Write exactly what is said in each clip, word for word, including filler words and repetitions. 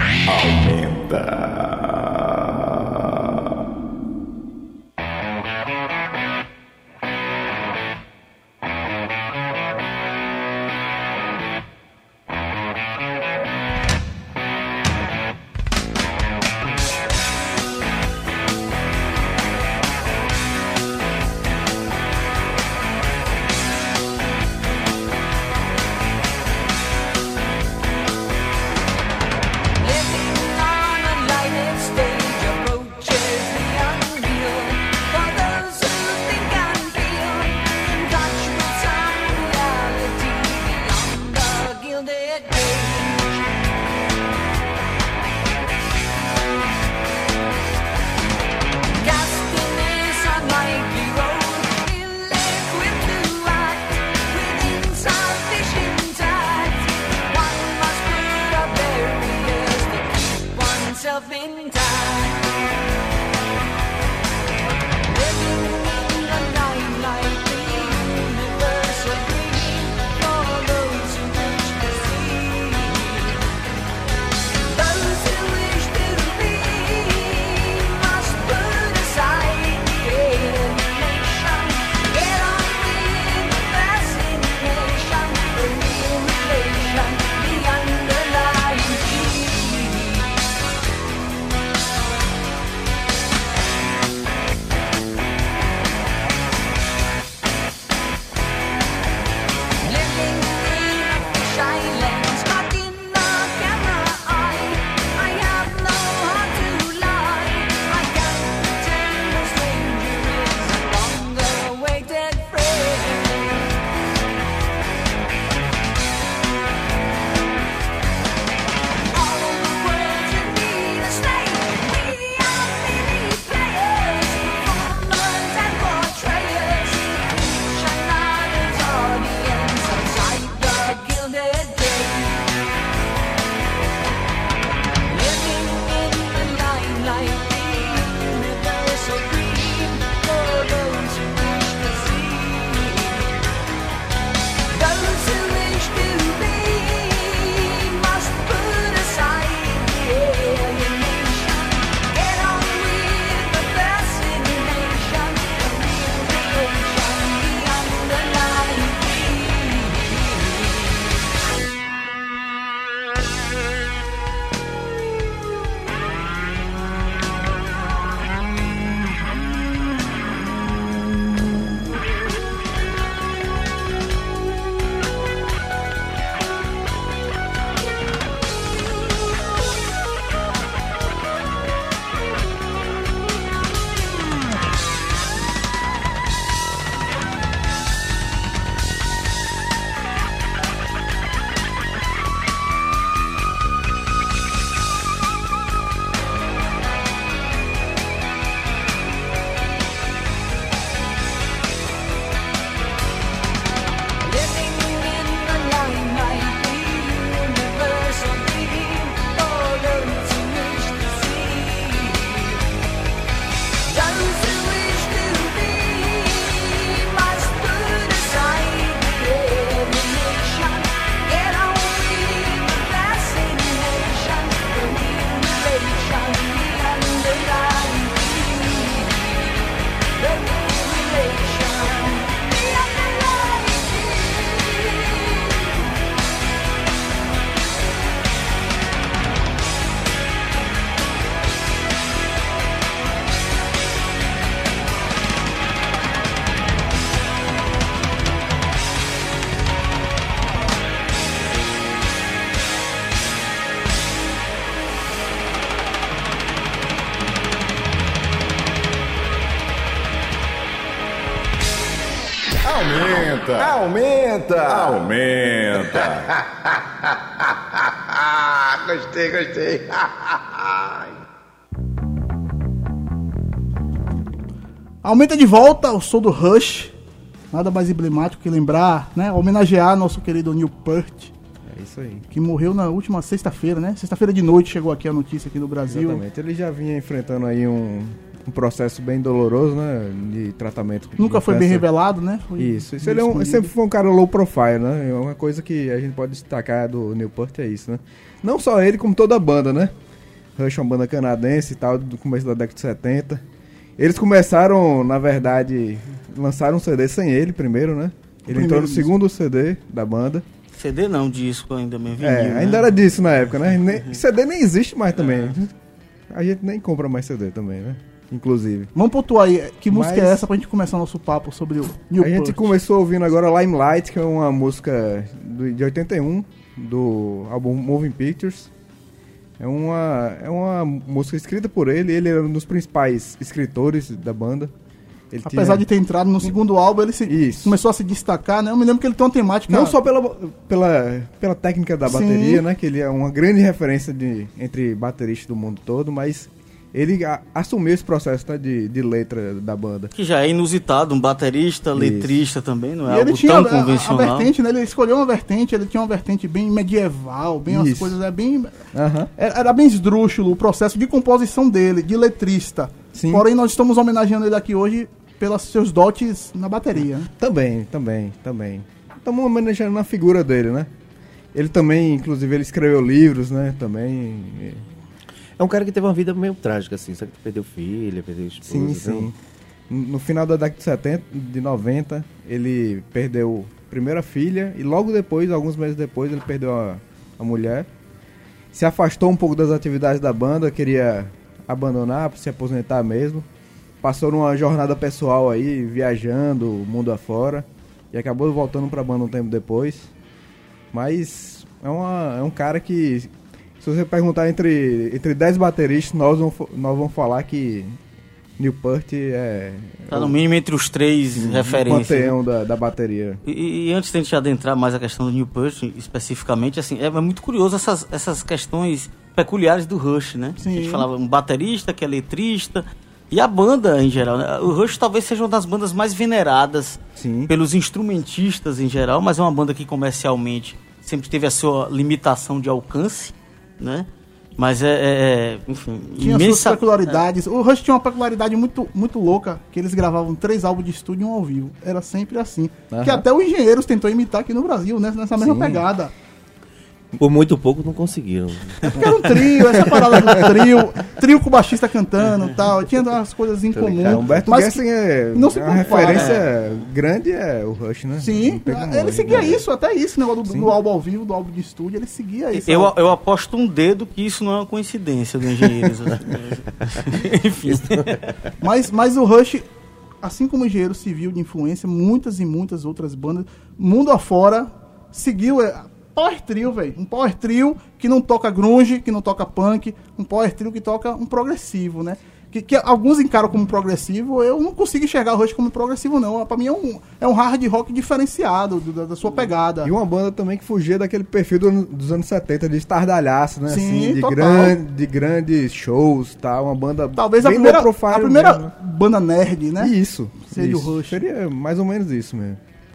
Aumenta! Aumenta! Aumenta! Gostei, gostei. Aumenta de volta o som do Rush. Nada mais emblemático que lembrar, né? Homenagear nosso querido Neil Peart. É isso aí. Que morreu na última sexta-feira, né? Sexta-feira de noite chegou aqui a notícia aqui no Brasil. Exatamente. Ele já vinha enfrentando aí um, um processo bem doloroso, né? De tratamento. Nunca foi bem revelado, né? Foi isso. Isso ele, é um, ele sempre foi um cara low profile, né? É uma coisa que a gente pode destacar do Neil Peart é isso, né? Não só ele, como toda a banda, né? Rush é uma banda canadense e tal, do começo da década de setenta. Eles começaram, na verdade, lançaram um C D sem ele primeiro, né? Ele entrou no segundo C D da banda. C D não, disco ainda mesmo, vinil, É, ainda né? era disso na época, né? Nem, C D nem existe mais também. É. A gente nem compra mais C D também, né? Inclusive. Vamos pontuar aí, que música Mas... é essa pra gente começar o nosso papo sobre o New A gente Port? começou ouvindo agora Limelight, que é uma música do, de oitenta e um, do álbum Moving Pictures. É uma, é uma música escrita por ele, ele era um dos principais escritores da banda. Ele Apesar tinha... de ter entrado no segundo álbum, ele se... começou a se destacar, né? Eu me lembro que ele tem uma temática... Não só pela, pela, pela técnica da bateria, Sim. né? Que ele é uma grande referência de, entre bateristas do mundo todo, mas ele a, assumiu esse processo, né, de, de letra da banda. Que já é inusitado, um baterista, Isso. letrista também, não é E ele algo tinha tão a, a, convencional. a vertente, né? Ele escolheu uma vertente, ele tinha uma vertente bem medieval, bem as Isso. coisas, é bem... Aham. Era, era bem esdrúxulo o processo de composição dele, de letrista. Sim. Porém, nós estamos homenageando ele aqui hoje pelos seus dotes na bateria. Né? Também, também, também. Estamos homenageando na figura dele, né? Ele também, inclusive, ele escreveu livros, né? Também. É um cara que teve uma vida meio trágica, assim. Só que perdeu filha, perdeu esposa. Sim, então... sim. No final da década de setenta, de noventa, ele perdeu a primeira filha e logo depois, alguns meses depois, ele perdeu a, a mulher. Se afastou um pouco das atividades da banda, queria abandonar, se aposentar mesmo. Passou numa jornada pessoal aí, viajando o mundo afora. E acabou voltando pra banda um tempo depois. Mas é, uma, é um cara que, se você perguntar entre, entre dez bateristas, nós vamos, nós vamos falar que Neil Peart é... Tá no mínimo entre os três o referências. panteão da, da bateria. E, e antes de a gente adentrar mais a questão do Neil Peart, especificamente, assim, é, é muito curioso essas, essas questões peculiares do Rush, né? Sim. A gente falava um baterista que é letrista, e a banda em geral, né? O Rush talvez seja uma das bandas mais veneradas Sim. pelos instrumentistas em geral, mas é uma banda que comercialmente sempre teve a sua limitação de alcance, né? Mas é, é, é enfim, Tinha imensa... suas peculiaridades. O Rush tinha uma peculiaridade muito, muito louca, que eles gravavam três álbuns de estúdio e um ao vivo. Era sempre assim. Aham. Que até o Engenheiros tentou imitar aqui no Brasil, né? Nessa mesma Sim. pegada. Por muito pouco não conseguiram. É porque era um trio, essa parada do trio, trio com o baixista cantando e tal. Tinha umas coisas em comum. É, Humberto mas Gessing é não se uma compara. referência grande, é o Rush, né? Sim, Não tem como ele hoje, seguia né? isso, até isso, o negócio do, Sim. do álbum ao vivo, do álbum de estúdio, ele seguia isso. Eu, eu aposto um dedo que isso não é uma coincidência do Engenheiros. né? Enfim. Mas, mas o Rush, assim como o Engenheiro Civil de influência, muitas e muitas outras bandas, mundo afora, seguiu é, power trio, velho. Um power trio que não toca grunge, que não toca punk, um power trio que toca um progressivo, né? Que, que alguns encaram como progressivo, eu não consigo enxergar o Rush como progressivo, não. Pra mim é um, é um hard rock diferenciado do- da, da sua pegada. E uma banda também que fugia daquele perfil do- dos anos setenta de estardalhaço, né? Sim, assim, de, total. gran, de grandes shows, tá? Uma banda Talvez a bem primeira, low profile a primeira mesmo, né? banda nerd, né? Isso. Seria o isso. Rush. Seria mais ou menos isso mesmo.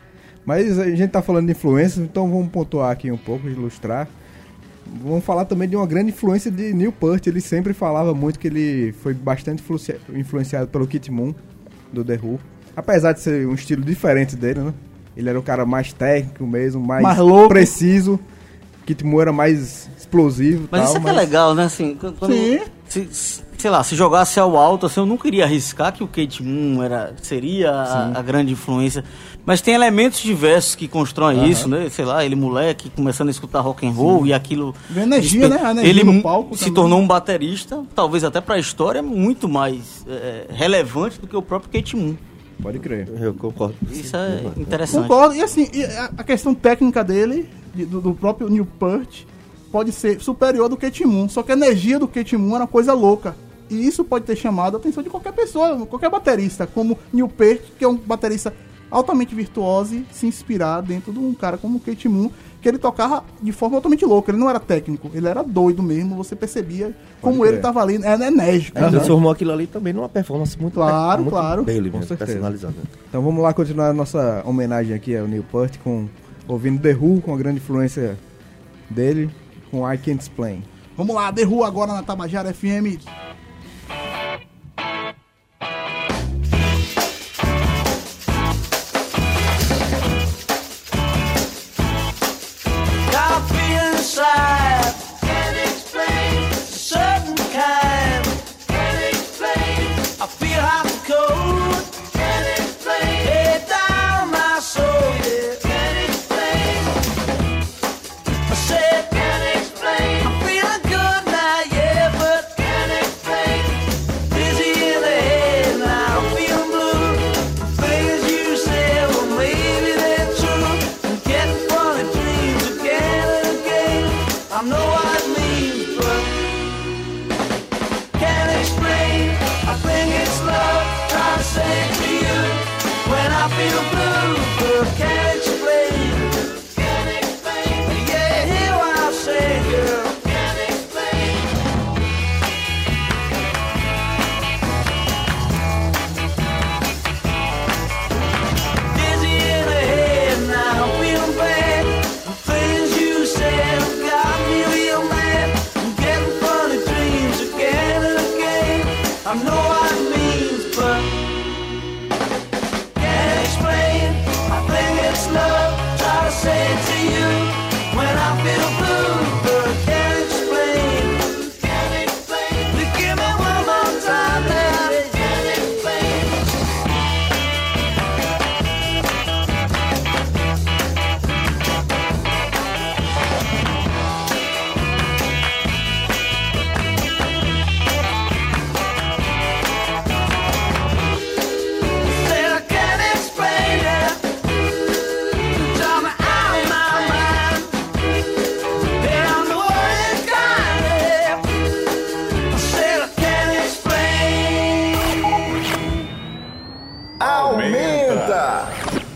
Mas a gente tá falando de influências, então vamos pontuar aqui um pouco, ilustrar. Vamos falar também de uma grande influência de Neil Peart. Ele sempre falava muito que ele foi bastante influencia- influenciado pelo Kit Moon, do The Who. Apesar de ser um estilo diferente dele, né? Ele era o cara mais técnico mesmo, mais, Mais louco. preciso. Kit Moon era mais explosivo. Mas tal, isso é que é legal, né? Assim, quando, quando- Sim. se, se- sei lá, se jogasse ao alto, assim, eu não queria arriscar que o Kate Moon era, seria a, a grande influência. Mas tem elementos diversos que constroem Aham. isso, né? Sei lá, ele moleque começando a escutar rock and roll e aquilo... Vê a energia, né? A energia ele no mu- palco se também. tornou um baterista, talvez até pra história, muito mais é, relevante do que o próprio Kate Moon. Pode crer. Eu concordo. Isso é interessante. Concordo. E assim, e a a questão técnica dele, de- do, do próprio Neil Peart, pode ser superior do Kate Moon. Só que a energia do Kate Moon era uma coisa louca. E isso pode ter chamado a atenção de qualquer pessoa, qualquer baterista, como Neil Peart, que é um baterista altamente virtuoso, e se inspirar dentro de um cara como o Kate Moon, que ele tocava de forma altamente louca. Ele não era técnico, ele era doido mesmo. Você percebia como crer. ele estava ali, era enérgico. Ele né? transformou aquilo ali também numa performance muito, Claro, muito claro. dele, Com mesmo, certeza. personalizada. Então vamos lá continuar a nossa homenagem aqui ao Neil Peart, com, ouvindo The Who, com a grande influência dele, com I Can't Explain. Vamos lá, The Who agora na Tabajara F M. Coffee inside, means, but can't explain. I think it's love, trying to say it to you when I feel blue, but can't explain. Can't explain. Yeah, hear what I say, girl. Can't explain. Dizzy in the head now, feeling bad. The things you said have got me real mad. I'm getting funny dreams again and again. I know what it means, but can't explain. I think it's love, try to say it to you when I feel blue, but can't explain. Can't explain. You give me one more time now. Can't explain. Said I can't explain it. Tell me out of my mind. Yeah, I'm the worried kind. I said I can't explain. Aumenta!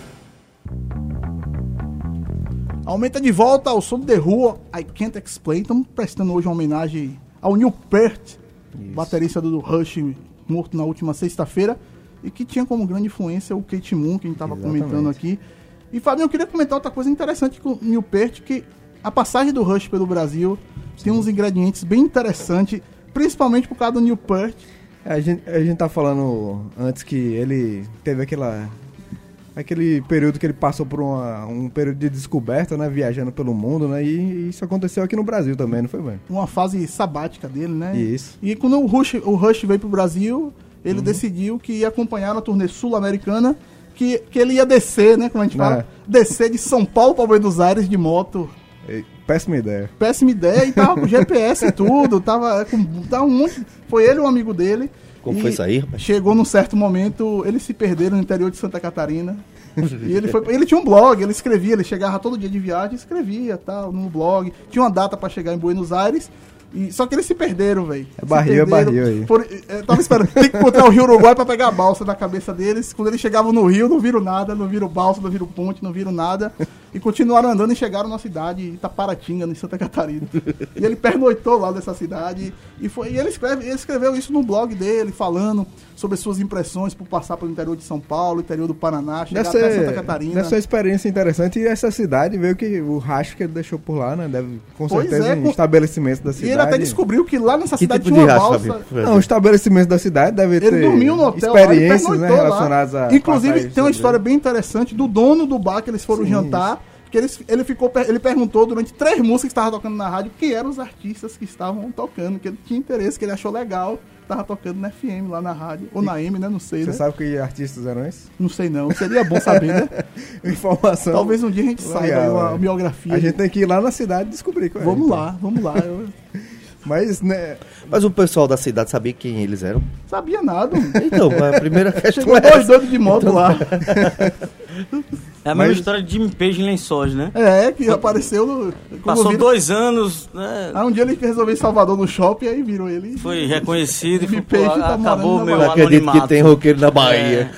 Aumenta de volta ao som de rua, I Can't Explain. Estamos prestando hoje uma homenagem ao Neil Peart, baterista do Rush, morto na última sexta-feira, e que tinha como grande influência o Kate Moon, que a gente estava comentando aqui. E, Fabinho, eu queria comentar outra coisa interessante com o Neil Peart, que a passagem do Rush pelo Brasil tem uns ingredientes bem interessantes, principalmente por causa do Neil Peart. É, A gente, a gente tá falando antes que ele teve aquela aquele período que ele passou por uma, um período de descoberta, né, viajando pelo mundo, né, e isso aconteceu aqui no Brasil também, não foi, velho? Uma fase sabática dele, né? Isso. E quando o Rush, o Rush veio pro Brasil, ele decidiu que ia acompanhar na turnê sul-americana, que, que ele ia descer, né, como a gente fala, É. descer de São Paulo para Buenos Aires de moto. E- Péssima ideia. Péssima ideia, e tava com G P S e tudo, tava com tava um monte. Foi ele e um amigo dele. Como e foi isso aí, rapaz? Chegou num certo momento, eles se perderam no interior de Santa Catarina. E ele foi, ele tinha um blog, ele escrevia, ele chegava todo dia de viagem, escrevia, tal, no blog. Tinha uma data pra chegar em Buenos Aires. E, só que eles se perderam, velho. É barril, é barril aí. Por, eu tava esperando, tem que encontrar o Rio Uruguai pra pegar a balsa na cabeça deles. Quando eles chegavam no Rio, não viram nada, não viram balsa, não viram ponte, não viram nada. E continuaram andando e chegaram na cidade Itaparatinga, em Santa Catarina. E ele pernoitou lá dessa cidade. E, foi, e ele, escreve, ele escreveu isso no blog dele, falando sobre suas impressões por passar pelo interior de São Paulo, interior do Paraná, chegar Deve até ser, Santa Catarina. deve ser uma experiência interessante, e essa cidade veio que o rastro que ele deixou por lá, né, deve, com Pois certeza, é, em com- estabelecimento da E cidade. ele até descobriu que lá nessa Que cidade tipo tinha de uma rastro, balsa. Fabinho? Não, o estabelecimento da cidade deve Ele ter dormiu no hotel lá, ele experiências, né, pernoitou lá. relacionadas a Inclusive, passagem tem uma de- história bem interessante do dono do bar que eles foram Sim, jantar. Que ele, ele, ficou, per- ele perguntou durante três músicas que estavam tocando na rádio quem eram os artistas que estavam tocando, que ele tinha interesse, que ele achou legal. Tava tocando na F M lá na rádio, ou na M, né? Não sei, Você né? sabe que artistas eram esses? Não sei não, seria bom saber, né? Informação. Talvez um dia a gente saiba Legal, aí uma é. biografia. A gente tem que ir lá na cidade descobrir qual é. Vamos então. lá, vamos lá. Eu Mas, né, Mas o pessoal da cidade sabia quem eles eram? sabia nada. Então, a primeira questão Chegou é dois essa. doidos de moto lá. É a mesma Mas- história de Jimmy Page em Lençóis, né? É, que apareceu no... quando Passou viram- dois anos, né? Aí um dia ele resolveu ir em Salvador no shopping, aí virou ele. Foi reconhecido e Jimmy foi, pô, Page tá acabou morando meu na Eu acredito anonimato. que tem roqueiro na Bahia.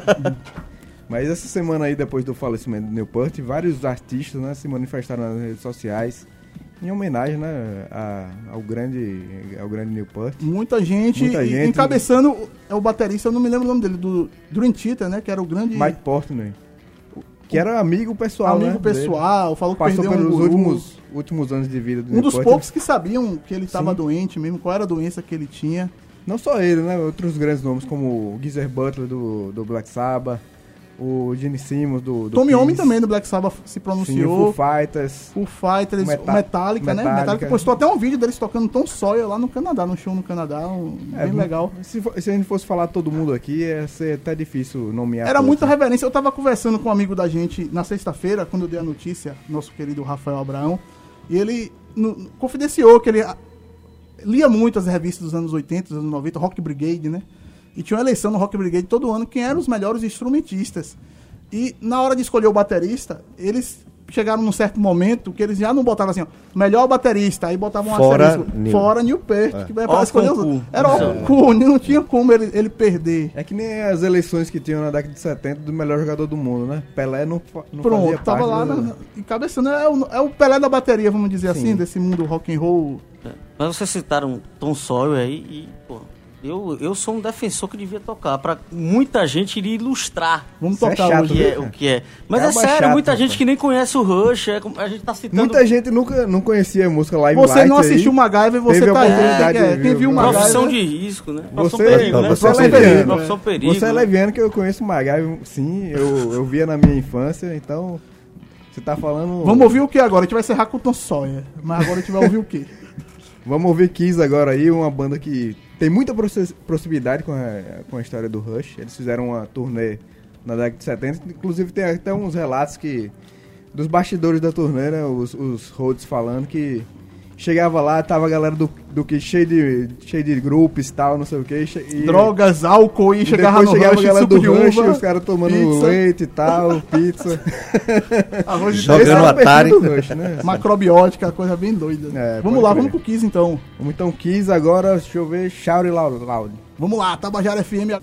mas essa semana aí, depois do falecimento do Neil Peart, vários artistas, né, se manifestaram nas redes sociais em homenagem, né, a- ao grande ao grande Neil Peart. Muita gente, Muita e- gente. encabeçando o- é o baterista, eu não me lembro o nome dele, do Dream Theater, né? Que era o grande Mike Portnoy, que era amigo pessoal, amigo né, pessoal, falou dele. que Passou perdeu um pelos guru. últimos, últimos anos de vida do Um Neil dos Peart. poucos que sabiam que ele estava Sim. doente mesmo, qual era a doença que ele tinha. Não só ele, né, outros grandes nomes como o Geezer Butler do, do Black Sabbath, o Gene Simmons do, do Tommy Kiss, Homem também do Black Sabbath se sim, o pronunciou. Foo Fighters. O Fighters, Meta- o Metallica, né? Metallica. Metallica postou até um vídeo deles tocando Tom Sawyer lá no Canadá, no show no Canadá, um, É, bem legal. Se, for- se a gente fosse falar todo mundo aqui, ia ser até difícil nomear. Era todos, muita né? reverência. Eu tava conversando com um amigo da gente na sexta-feira, quando eu dei a notícia, nosso querido Rafael Abraão, e ele no- confidenciou que ele ah, lia muito as revistas dos anos oitenta, dos anos noventa, Rock Brigade, né? E tinha uma eleição no Rock Brigade todo ano, quem eram os melhores instrumentistas. E na hora de escolher o baterista, eles chegaram num certo momento que eles já não botavam assim, ó, melhor baterista, aí botavam um Fora asterisco, Neil. fora Neil Peart, É. que vai pra escolher os concurso. outros. Era o cu, não tinha como ele, ele perder. É que nem as eleições que tinham na década de setenta do melhor jogador do mundo, né? Pelé não, fa- não fazia Pronto, tava parte lá da- na, na, encabeçando, é o, é o Pelé da bateria, vamos dizer Sim. assim, desse mundo rock and roll. Mas vocês citaram Tom Sawyer aí e, pô, eu, eu sou um defensor que devia tocar. Pra muita gente iria ilustrar Vamos Isso é tocar chato, o hoje. que viu? é, o que é. Mas É é, uma sério, chata, muita gente pô. que nem conhece o Rush. É, como- a gente tá citando. Muita gente nunca não conhecia a música Live Você Light não assistiu aí. MacGyver, você Teve a tá aí. oportunidade É, de quem ver, viu viu? MacGyver... Profissão de risco, né? Profissão Você, perigo, né? você é Profissão leviano. perigo, profissão perigo. Você é né? leviano que eu conheço o MacGyver, sim, eu, eu via na minha infância, então você tá falando... Vamos ouvir o que agora? A gente vai encerrar com o Tom Sawyer, mas agora a gente vai ouvir o quê? Vamos ouvir Kiss agora aí, uma banda que tem muita proxi- proximidade com a, com a história do Rush. Eles fizeram uma turnê na década de setenta, inclusive tem até uns relatos que dos bastidores da turnê, né, os, os Rhodes falando que chegava lá, tava a galera do, do que cheio de, cheio de grupos e tal, não sei o que. E, Drogas, álcool e e chegava depois no chegava Rush, a galera suco do de Rush, uva, os caras tomando pizza. leite e tal, pizza. arroz de Jogando dez, Esse era o Atari. perfil do Rush, né? macrobiótica, coisa bem doida. É, Vamos pode lá, crer. vamos pro Kiss então. Vamos então Kiss agora, deixa eu ver, Shout It Loud. loud. Vamos lá, Tabajara F M.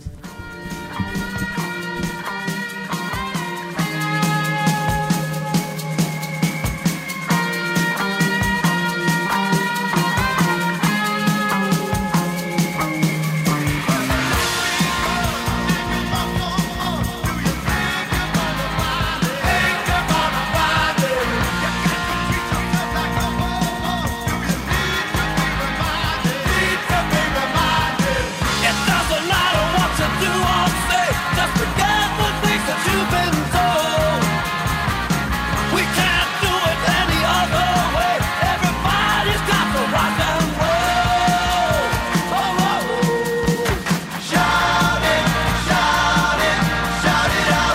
It doesn't matter what you do or say, just forget the things that you've been told. We can't do it any other way. Everybody's got to rock and roll. Oh, oh. Shout it, shout it, shout it out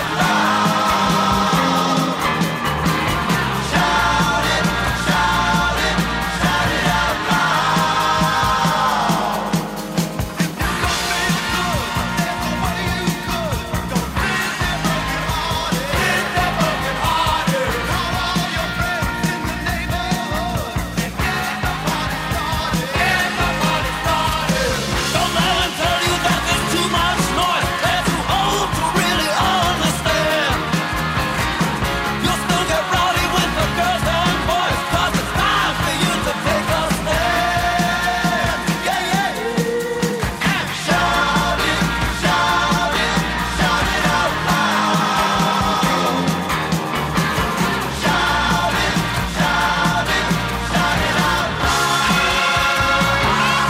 loud. Shout it, shout it, shout it out loud. Don't let them tell you that there's too much noise. They're too old to really understand. You'll still get rowdy with the girls and boys, 'cause it's time for you to take a stand. Yeah, yeah. And shout it, shout it, shout it out loud. Shout it, shout it, shout it out loud.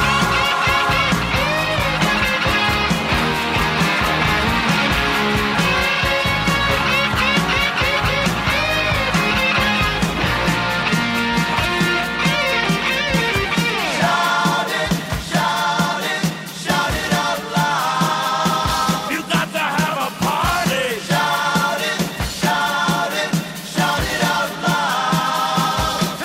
Shout it, shout it, shout it out loud. You got to have a party. Shout it, shout it, shout it out loud.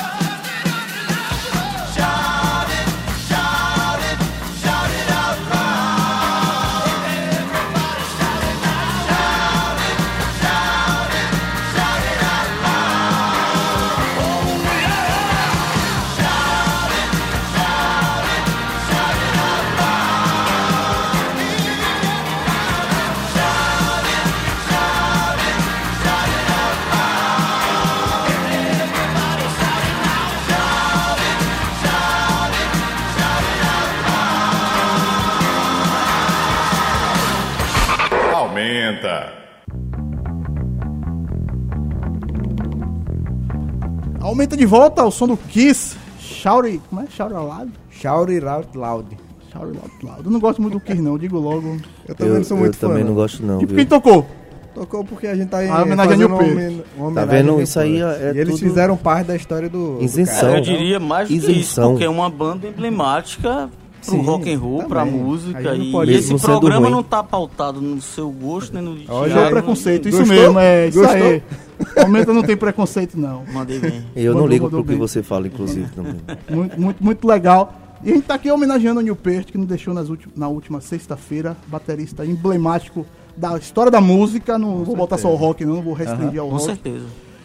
Shout it, shout it, shout it out loud. Everybody shout it now. Shout it, shout it, shout it out loud. Oh yeah. Shout it, shout it, shout it out loud. Shout it, shout it, shout it out loud. Everybody shout it now. Shout it, shout it, shout it out loud. Aumenta. Aumenta de volta ao som do Kiss. Shout it, como é? Shout it loud? Shout It Out Loud. Shout it loud, loud. Eu não gosto muito do Kiss não, eu digo logo. Eu também Eu, não sou eu muito fã. também não gosto não, E viu? quem tocou? Tocou porque a gente tá A homenagem a fazendo Neil uma, Peart. homen- uma Tá homenagem a vendo? Neil Isso aí Peart. é- é E eles tudo- fizeram parte da história do, do Isenção. cara. Eu Não, diria mais do que isso, Isenção. porque é uma banda emblemática pro Sim, rock and roll, também. pra A música. gente não E pode- esse Mesmo sendo programa ruim. não tá pautado no seu gosto, nem no de Olha, Não é Thiago, preconceito, isso Gostou? mesmo, é isso Gostou? aí. Aumenta não tem preconceito não. Mandei bem. Eu não Mandou- ligo mandou pro que bem. você fala, inclusive, também. Muito, muito, muito legal. E a gente tá aqui homenageando o Neil Peart, que nos deixou nas ulti- na última sexta-feira, baterista emblemático da história da música. Não vou botar só o rock, não, não vou restringir ao Com rock. certeza.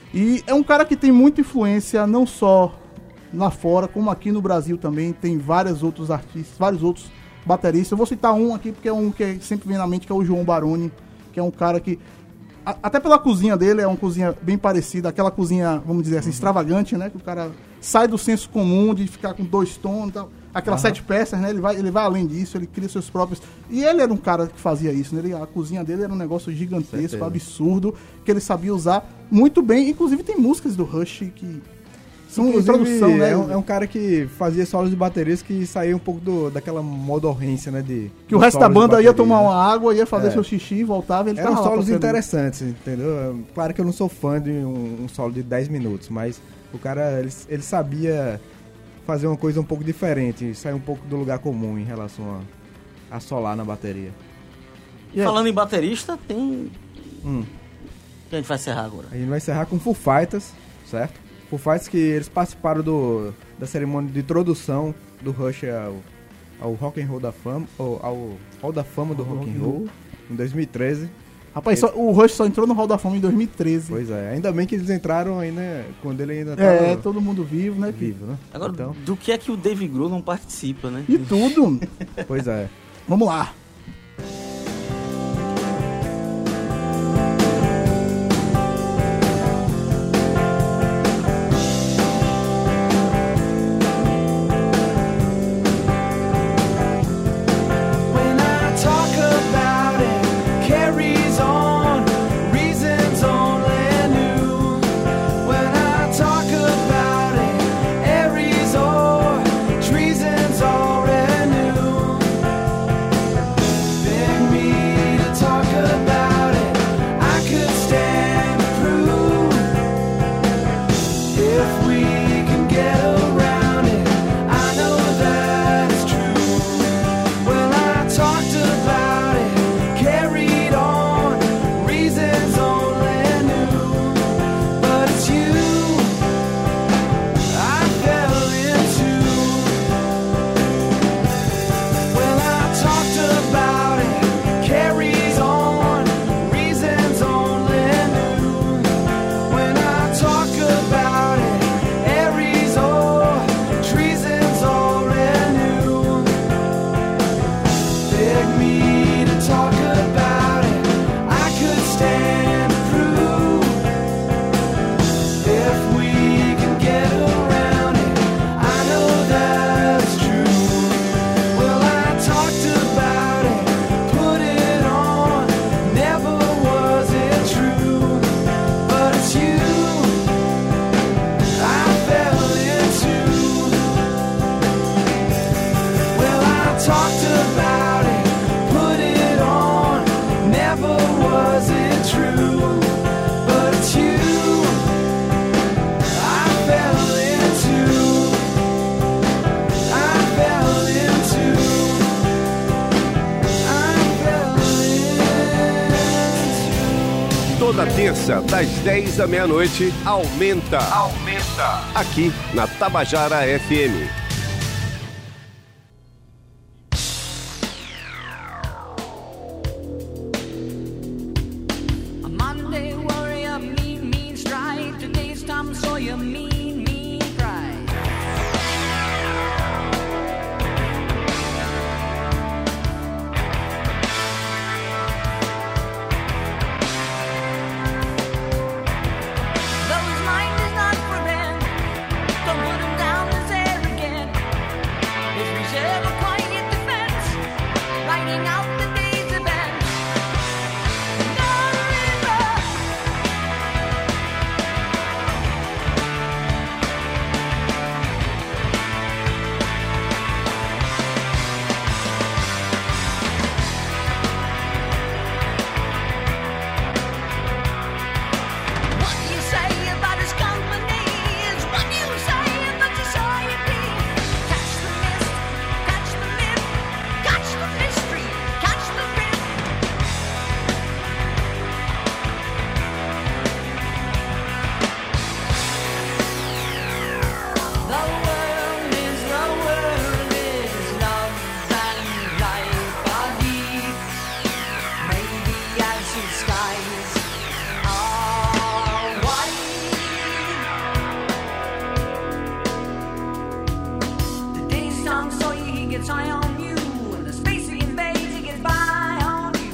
E é um cara que tem muita influência, não só lá fora, como aqui no Brasil também. Tem vários outros artistas, vários outros bateristas. Eu vou citar um aqui, porque é um que sempre vem na mente, que é o João Baroni, que é um cara que, a, até pela cozinha dele, é uma cozinha bem parecida, aquela cozinha, vamos dizer assim, extravagante, né? Que o cara sai do senso comum de ficar com dois tons e tal. Aquelas uhum. sete peças, né? Ele vai, ele vai além disso, ele cria seus próprios... E ele era um cara que fazia isso, né? Ele, a cozinha dele era um negócio gigantesco, Certeza. absurdo, que ele sabia usar muito bem. Inclusive tem músicas do Rush que são Inclusive, introdução, né? É um, é um cara que fazia solos de baterias que saía um pouco do, daquela modorrência, né? De, que o resto da banda bateria, ia tomar né? uma água, ia fazer É. seu xixi, voltava e ele Eram tava lá solos tocando. interessantes, entendeu? Claro que eu não sou fã de um, um solo de dez minutos, mas o cara, ele, ele sabia fazer uma coisa um pouco diferente, sair um pouco do lugar comum em relação a, a solar na bateria. E aí? Falando em baterista, tem... Hum. Que a gente vai encerrar agora. A gente vai encerrar com Foo Fighters, certo? Foo Fighters que eles participaram do, da cerimônia de introdução do Rush ao, ao Rock and Roll da Fama, ou ao Hall da Fama do Rock and Roll, em dois mil e treze. Rapaz, só, o Rush só entrou no Hall da Fama em dois mil e treze. Pois é, ainda bem que eles entraram ainda quando ele ainda estava É, todo mundo vivo, né? vivo, né? Agora, Então, do que é que o Dave Grohl não participa, né? E tudo. pois é. Vamos lá. When I talk about it, carries on, reasons only new. When I talk about it, Aries or treason's already new. Beg me to talk about it, I could stand to prove. If we can get around it, I know that it's true. Well, I talked about it, carried on, reasons only knew. But it's you I fell into. Well, I talked about it, carries on, reasons only knew. When I talk about it, Aries or treason's already new. Beg me to talk about it, I could stand to prove. If we can get around it, I know that's true. Well, I talked about it, put it on, never was it true. But it's you I fell into. Well, I talked about it, put it on, never was it true. But it's you I fell into. I fell into. I fell into. Toda terça, das dez à meia-noite, aumenta. Aumenta. Aqui na Tabajara F M. A Monday warrior, mean, mean strike. Today's Tom Sawyer, mean, mean pride. Though his mind is not for rent, don't put him down as arrogant. gets high on you. When the space he invades, he gets by on you.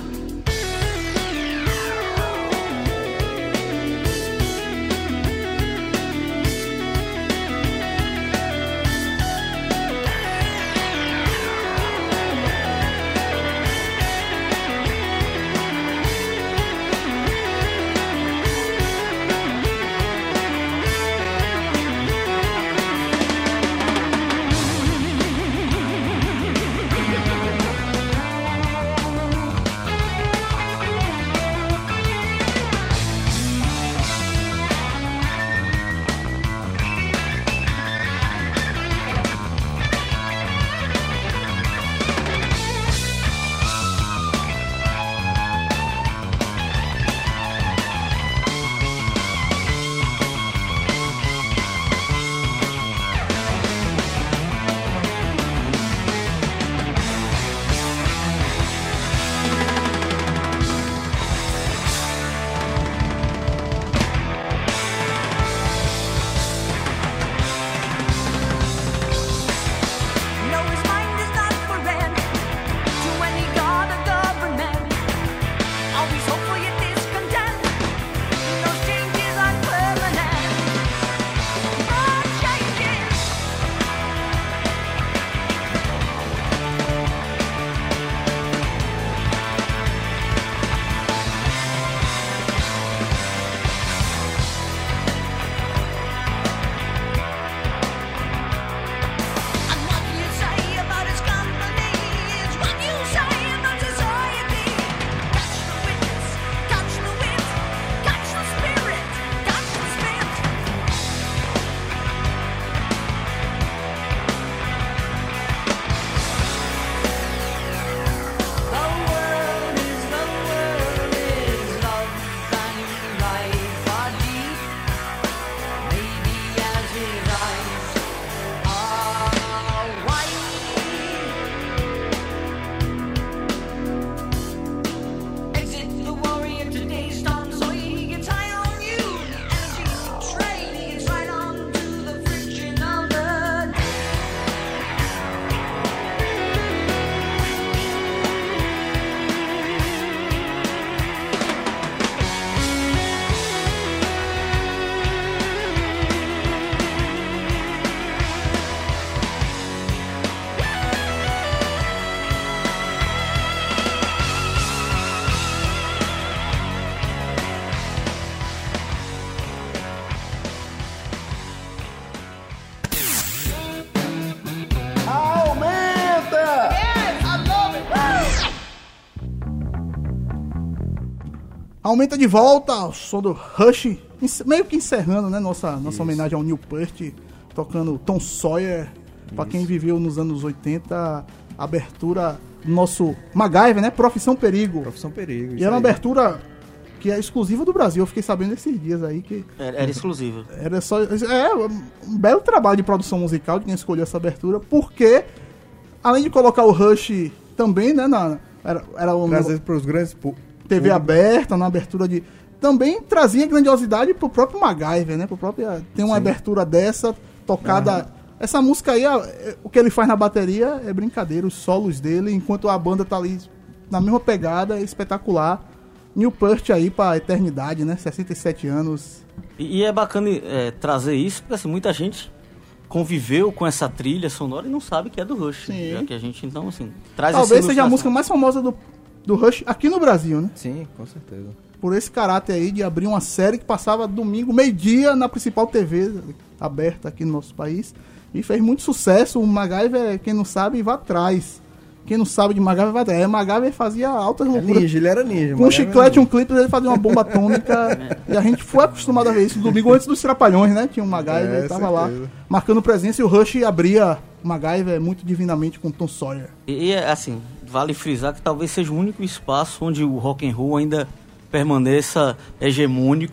Aumenta de volta o som do Rush, meio que encerrando, né, nossa, nossa homenagem ao Neil Peart, tocando Tom Sawyer, para quem viveu nos anos oitenta, a abertura do nosso MacGyver, né, Profissão Perigo. Profissão Perigo. E era uma abertura que é exclusiva do Brasil, eu fiquei sabendo esses dias aí que... Era, era exclusiva. Era só... É, um belo trabalho de produção musical de quem escolheu essa abertura, porque, além de colocar o Rush também, né, na... Era, era um... Trazer para os grandes... T V aberta, na abertura de... Também trazia grandiosidade pro próprio MacGyver, né? Pro próprio... Tem uma Sim. abertura dessa, tocada... Uhum. Essa música aí, o que ele faz na bateria é brincadeira, os solos dele, enquanto a banda tá ali na mesma pegada, é espetacular. Neil Peart aí pra eternidade, né? sessenta e sete anos. E, e é bacana é, trazer isso, porque assim, muita gente conviveu com essa trilha sonora e não sabe que é do Rush. Sim. Já que a gente, então, assim, traz Talvez seja a música mais famosa do, do Rush aqui no Brasil, né? Sim, com certeza. Por esse caráter aí de abrir uma série que passava domingo, meio-dia, na principal T V aberta aqui no nosso país. E fez muito sucesso. O MacGyver, quem não sabe, vai atrás. Quem não sabe de MacGyver vai atrás. O MacGyver fazia altas loucuras. É ninja, ele era ninja. Com um chiclete, um clipe, ele fazia uma bomba atômica. E a gente foi acostumado a ver isso. Domingo antes dos Trapalhões, né? Tinha um MacGyver, ele tava lá marcando presença. E o Rush abria o MacGyver muito divinamente com Tom Sawyer. E, assim, vale frisar que talvez seja o único espaço onde o rock and roll ainda permaneça hegemônico.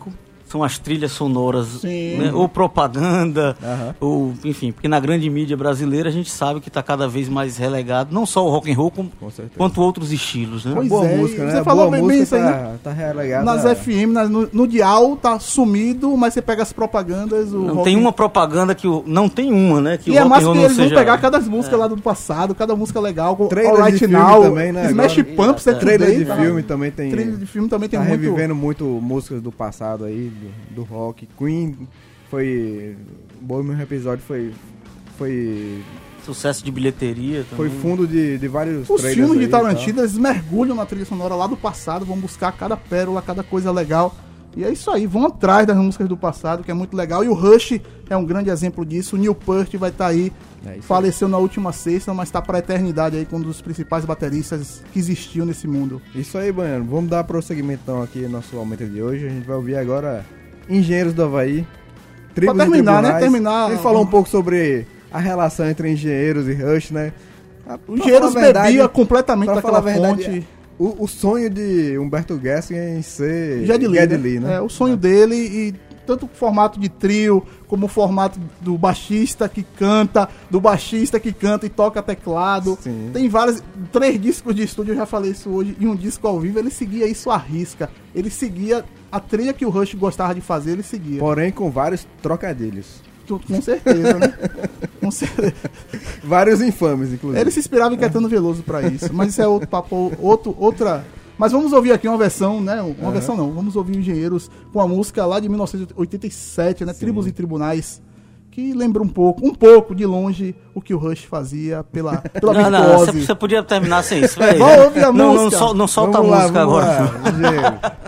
são as trilhas sonoras, Sim. né? Ou propaganda, Aham. ou enfim, porque na grande mídia brasileira a gente sabe que está cada vez mais relegado, não só o rock and roll, como, Com certeza. quanto outros estilos, né? Pois Boa é, música, e né? você falou Boa bem- música bem isso aí, tá, tá relegada. Nas F M, nas- no, no dial tá sumido, mas você pega as propagandas. O Não rock tem and- uma propaganda que o, não tem uma, né? Que E o é rock massa and roll que não eles vão seja... pegar cada música lá do passado, cada música legal. com Trailer All de Right filme Now, também, né, Smash agora. Pump, Set Trailer Today, de tá? filme também tem. Trailer de filme também tem tá muito. revivendo muito músicas do passado aí, do, do rock. Queen foi. O Bohemian Rhapsody foi. Foi. Sucesso de bilheteria Foi também. fundo de, de vários Os trailers filmes de aí e tal. Tarantino, eles mergulham na trilha sonora lá do passado, vão buscar cada pérola, cada coisa legal. E é isso aí, vão atrás das músicas do passado, que é muito legal. E o Rush é um grande exemplo disso. O Neil Peart vai estar aí, É isso faleceu na última sexta, mas está para a eternidade aí, como um dos principais bateristas que existiu nesse mundo. Isso aí, Baiano. Vamos dar prosseguimento então aqui no nosso aumento de hoje. A gente vai ouvir agora Engenheiros do Havaí. Tribos Pra e terminar, né? Tribunais. Terminar- Ele falou um pouco sobre a relação entre engenheiros e Rush, né? Ah, pra Os engenheiros falar a verdade, bebiam completamente pra daquela falar a verdade, fonte. O, o sonho de Humberto Gessing em ser Geddy Lee, Geddy né? Lee, né? É, o sonho dele, e tanto o formato de trio, como o formato do baixista que canta, do baixista que canta e toca teclado. Sim. Tem vários, três discos de estúdio, eu já falei isso hoje, e um disco ao vivo, ele seguia isso à risca. Ele seguia a trilha que o Rush gostava de fazer, ele seguia. Porém, com vários trocadilhos. Tu- Com certeza, né? Com certeza. Vários infames, inclusive. Ele se inspirava em Caetano Veloso pra isso, mas isso é outro papo, outro, outra... Mas vamos ouvir aqui uma versão, né? Uma Uhum. versão não, vamos ouvir Engenheiros com a música lá de mil novecentos e oitenta e sete, né? Tribos e Tribunais, que lembra um pouco, um pouco de longe o que o Rush fazia pela, pela Não, não, virtuose. você, você podia terminar sem isso. Vai, Vamos né? ouvir a não, não, música. sol- não solta Vamos a lá, música vamos agora. lá, engenheiro.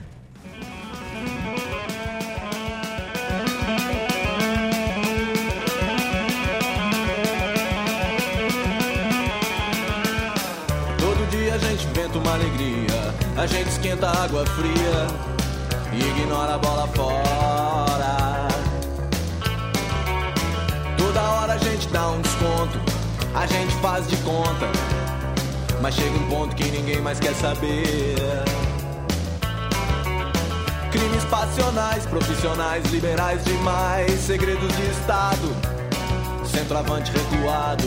Todo dia a gente inventa uma alegria, a gente esquenta água fria e ignora a bola fora. Toda hora a gente dá um desconto, a gente faz de conta, mas chega um ponto que ninguém mais quer saber. Crimes passionais, profissionais, liberais demais, segredos de Estado, centroavante recuado.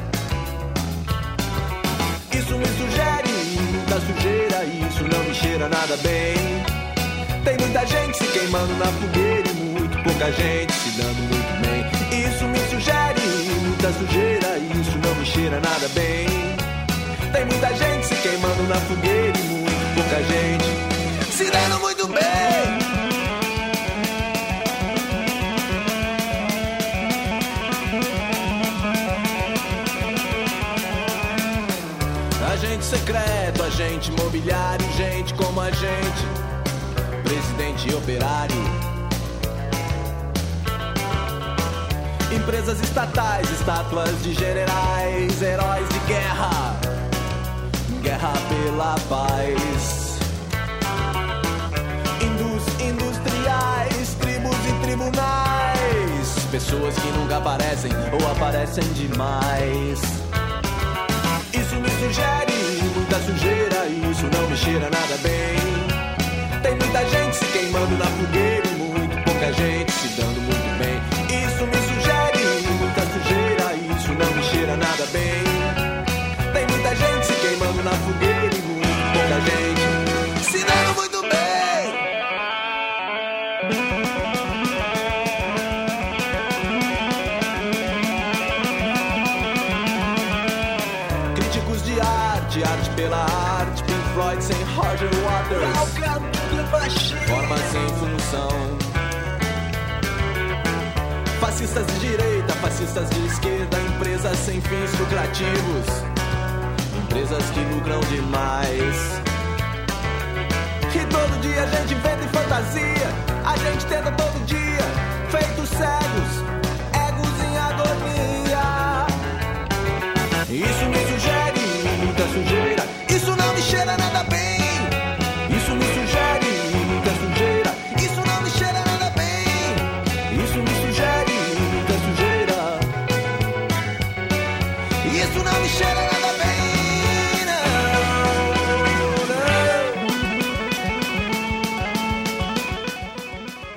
Isso me sugere muita sujeira, isso não me cheira nada bem. Tem muita gente se queimando na fogueira e muito pouca gente se dando muito bem. Isso me sugere muita sujeira, isso não me cheira nada bem. Tem muita gente se queimando na fogueira e muito pouca gente se dando muito bem. Agente secreto, agente imobiliário, gente como a gente, presidente e operário. Empresas estatais, estátuas de generais, heróis de guerra, guerra pela paz. Indus, industriais, tribos e tribunais, pessoas que nunca aparecem ou aparecem demais. Isso me sugere muita sujeira, isso não me cheira nada bem. Tem muita gente se queimando na fogueira e muito pouca gente se dando muito bem. Isso me sugere muita sujeira, isso não me cheira nada bem. Tem muita gente se queimando na fogueira e muito pouca gente se dando muito bem. Críticos de arte, arte pela arte, Pink Floyd sem Roger Waters, forma sem função. Fascistas de direita, fascistas de esquerda, empresas sem fins lucrativos, empresas que lucram demais. E todo dia a gente inventa em fantasia, a gente tenta todo dia, feitos cegos, egos em agonia. Isso me sugere muita sujeira, isso não me cheira nada bem. Isso me sugere muita sujeira, isso não me cheira nada bem. Isso me sugere muita sujeira, isso não me cheira nada bem. Não, não.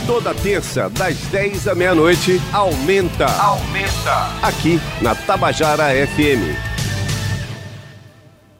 Toda terça, das dez à meia-noite, aumenta. Aumenta. Aqui na Tabajara F M.